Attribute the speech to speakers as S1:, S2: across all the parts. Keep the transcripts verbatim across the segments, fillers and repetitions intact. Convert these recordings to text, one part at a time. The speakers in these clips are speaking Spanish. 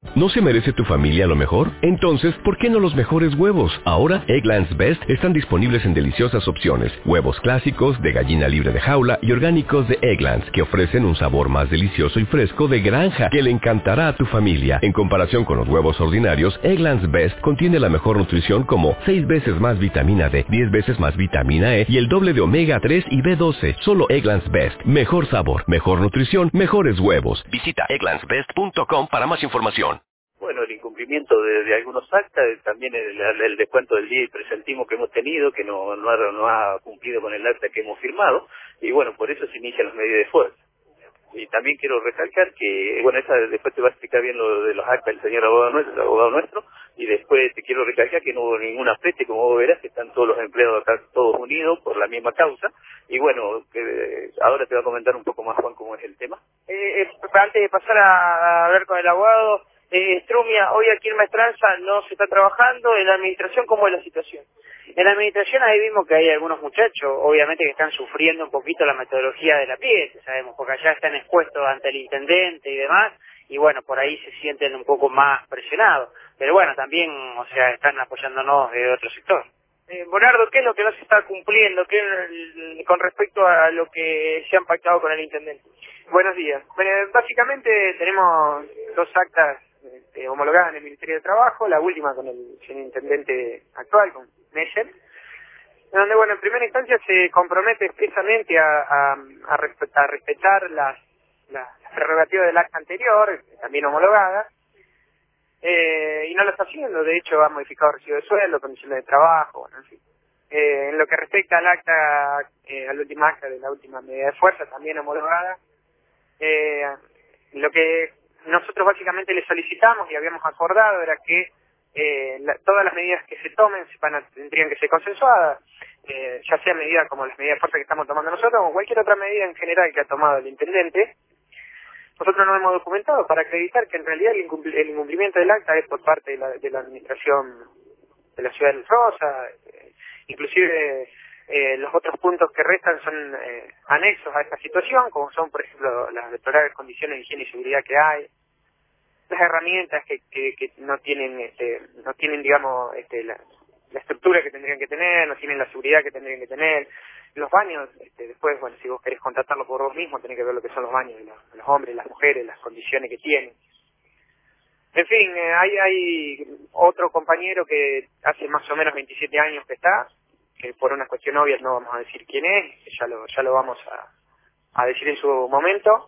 S1: ¿No se merece tu familia lo mejor? Entonces, ¿por qué no los mejores huevos? Ahora, Eggland's Best están disponibles en deliciosas opciones. Huevos clásicos, de gallina libre de jaula y orgánicos de Eggland's, que ofrecen un sabor más delicioso y fresco de granja, que le encantará a tu familia. En comparación con los huevos ordinarios, Eggland's Best contiene la mejor nutrición como seis veces más vitamina D, diez veces más vitamina E y el doble de omega tres y B doce. Solo Eggland's Best. Mejor sabor, mejor nutrición, mejores huevos. Visita egglands best punto com para más información.
S2: Bueno, el incumplimiento de, de algunos actas, también el, el descuento del día y presentismo que hemos tenido, que no, no, ha, no ha cumplido con el acta que hemos firmado, y bueno, por eso se inician las medidas de fuerza. Y también quiero recalcar que, bueno, esa, después te va a explicar bien lo de los actas del señor abogado nuestro, el abogado nuestro, y después te quiero recalcar que no hubo ningún aprete, como vos verás, que están todos los empleados acá todos unidos por la misma causa, y bueno, que, ahora te va a comentar un poco más, Juan, cómo es el tema.
S3: Eh, eh, antes de pasar a hablar con el abogado, eh, Strumia, hoy aquí en Maestranza no se está trabajando. En la administración, ¿cómo es la situación? En la administración ahí vimos que hay algunos muchachos, obviamente, que están sufriendo un poquito la metodología de la pieza, sabemos, porque allá están expuestos ante el intendente y demás, y bueno, por ahí se sienten un poco más presionados. Pero bueno, también, o sea, están apoyándonos de otro sector. Eh, Bonardo, ¿qué es lo que no se está cumpliendo ¿Qué, con respecto a lo que se han pactado con el intendente?
S4: Buenos días. Bueno, básicamente tenemos dos actas eh, homologadas en el Ministerio de Trabajo, la última con el señor intendente actual, con Meyer, en donde, bueno, en primera instancia se compromete expresamente a, a, a, respet, a respetar las, las prerrogativas del acta anterior, también homologada, eh, y no lo está haciendo. De hecho, ha modificado recibo de sueldo, condiciones de trabajo, bueno, en fin. Eh, en lo que respecta al acta, eh, al último acta de la última medida de fuerza, también homologada, eh, lo que nosotros básicamente le solicitamos y habíamos acordado era que eh, la, todas las medidas que se tomen se van a, tendrían que ser consensuadas, eh, ya sea medidas como las medidas de fuerza que estamos tomando nosotros o cualquier otra medida en general que ha tomado el intendente. Nosotros nos hemos documentado para acreditar que en realidad el, incumpli el incumplimiento del acta es por parte de la, de la administración de la ciudad de Rosa, eh, inclusive eh, los otros puntos que restan son eh, anexos a esta situación, como son, por ejemplo, las deplorables condiciones de higiene y seguridad que hay, las herramientas que, que, que no tienen, este, no tienen, digamos, este, la, la estructura que tendrían que tener, no tienen la seguridad que tendrían que tener. Los baños, este, después, bueno, si vos querés contratarlo por vos mismo, tenés que ver lo que son los baños de los, de los hombres, las mujeres, las condiciones que tienen. En fin, eh, hay, hay otro compañero que hace más o menos veintisiete años que está, que por una cuestión obvia no vamos a decir quién es, que ya lo, ya lo vamos a, a decir en su momento,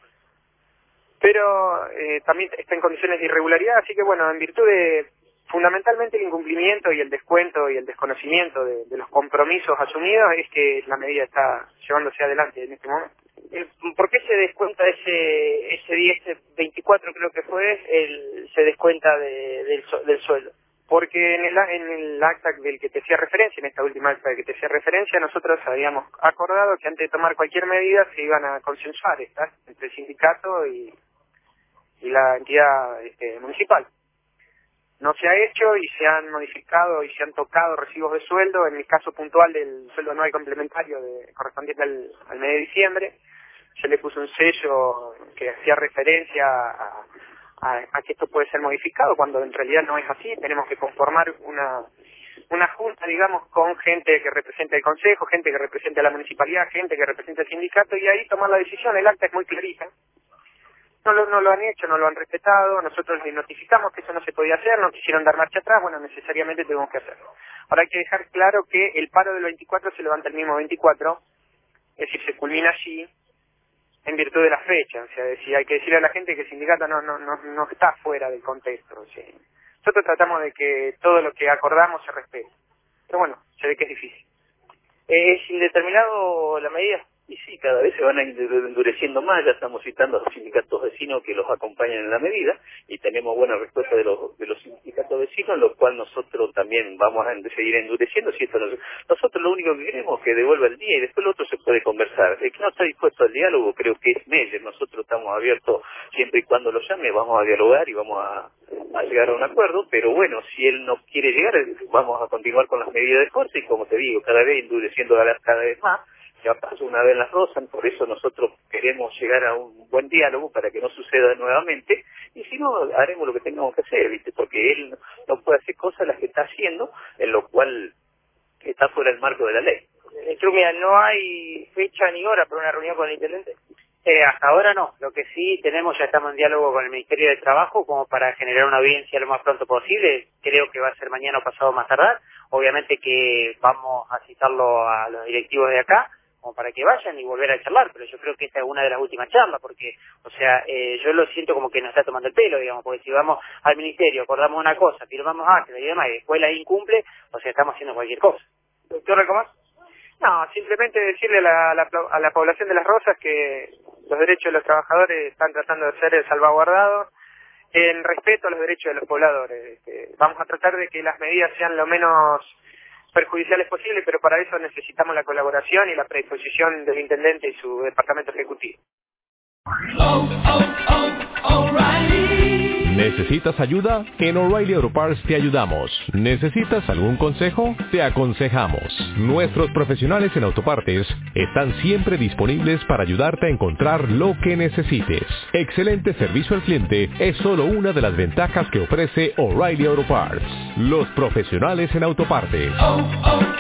S4: pero eh, también está en condiciones de irregularidad, así que bueno, en virtud de fundamentalmente el incumplimiento y el descuento y el desconocimiento de, de los compromisos asumidos es que la medida está llevándose adelante en este momento.
S3: ¿Por qué se descuenta ese ese diez, veinticuatro creo que fue, el, se descuenta de, del, del sueldo?
S4: Porque en el, en el acta del que te hacía referencia, en esta última acta del que te hacía referencia, nosotros habíamos acordado que antes de tomar cualquier medida se iban a consensuar estas entre el sindicato y, y la entidad este, municipal. No se ha hecho y se han modificado y se han tocado recibos de sueldo. En el caso puntual del sueldo anual complementario de, correspondiente al, al mes de diciembre, se le puso un sello que hacía referencia a, a, a que esto puede ser modificado, cuando en realidad no es así. Tenemos que conformar una, una junta, digamos, con gente que represente el consejo, gente que represente a la municipalidad, gente que represente al sindicato, y ahí tomar la decisión. El acta es muy clarita. No lo, no lo han hecho, no lo han respetado, nosotros les notificamos que eso no se podía hacer, no quisieron dar marcha atrás, bueno, necesariamente tenemos que hacerlo. Ahora hay que dejar claro que el paro del veinticuatro se levanta el mismo veinticuatro, es decir, se culmina allí en virtud de la fecha, o sea, decir, hay que decirle a la gente que el sindicato no, no, no, no está fuera del contexto. O sea, nosotros tratamos de que todo lo que acordamos se respete, pero bueno, se ve que es difícil.
S3: ¿Es indeterminado la medida?
S2: Y sí, cada vez se van a ir endureciendo más. Ya estamos citando a los sindicatos vecinos que los acompañan en la medida y tenemos buena respuesta de los de los sindicatos vecinos, lo cual nosotros también vamos a seguir endureciendo. Si esto nos, nosotros lo único que queremos es que devuelva el día y después lo otro se puede conversar. El que no está dispuesto al diálogo creo que es Meyer. Nosotros estamos abiertos siempre y cuando lo llame, vamos a dialogar y vamos a, a llegar a un acuerdo, pero bueno, si él no quiere llegar, vamos a continuar con las medidas de fuerza y como te digo, cada vez endureciendo cada vez más. ya pasó una vez en Las Rosas, por eso nosotros queremos llegar a un buen diálogo para que no suceda nuevamente, y si no, haremos lo que tengamos que hacer, ¿viste? Porque él no puede hacer cosas las que está haciendo, en lo cual está fuera del marco de la ley.
S3: Estrumia, ¿no hay fecha ni hora para una reunión con el intendente?
S5: Eh, hasta ahora no, lo que sí tenemos, ya estamos en diálogo con el Ministerio de Trabajo como para generar una audiencia lo más pronto posible, creo que va a ser mañana o pasado más tardar, obviamente que vamos a citarlo a los directivos de acá, como para que vayan y volver a charlar, pero yo creo que esta es una de las últimas charlas, porque, o sea, eh, yo lo siento como que nos está tomando el pelo, digamos, porque si vamos al Ministerio, acordamos una cosa, firmamos actas y demás, y después la incumple, o sea, estamos haciendo cualquier cosa.
S3: Doctor Recomás.
S4: No, simplemente decirle a la, a, la, a la población de Las Rosas que los derechos de los trabajadores están tratando de ser salvaguardados en respeto a los derechos de los pobladores. Este, vamos a tratar de que las medidas sean lo menos perjudiciales posible, pero para eso necesitamos la colaboración y la predisposición del intendente y su departamento ejecutivo.
S6: Oh, oh, oh, O'Reilly.
S1: ¿Necesitas ayuda? En O'Reilly Auto Parts te ayudamos. ¿Necesitas algún consejo? Te aconsejamos. Nuestros profesionales en autopartes están siempre disponibles para ayudarte a encontrar lo que necesites. Excelente servicio al cliente es solo una de las ventajas que ofrece O'Reilly Auto Parts. Los profesionales en autopartes.
S6: Oh, oh.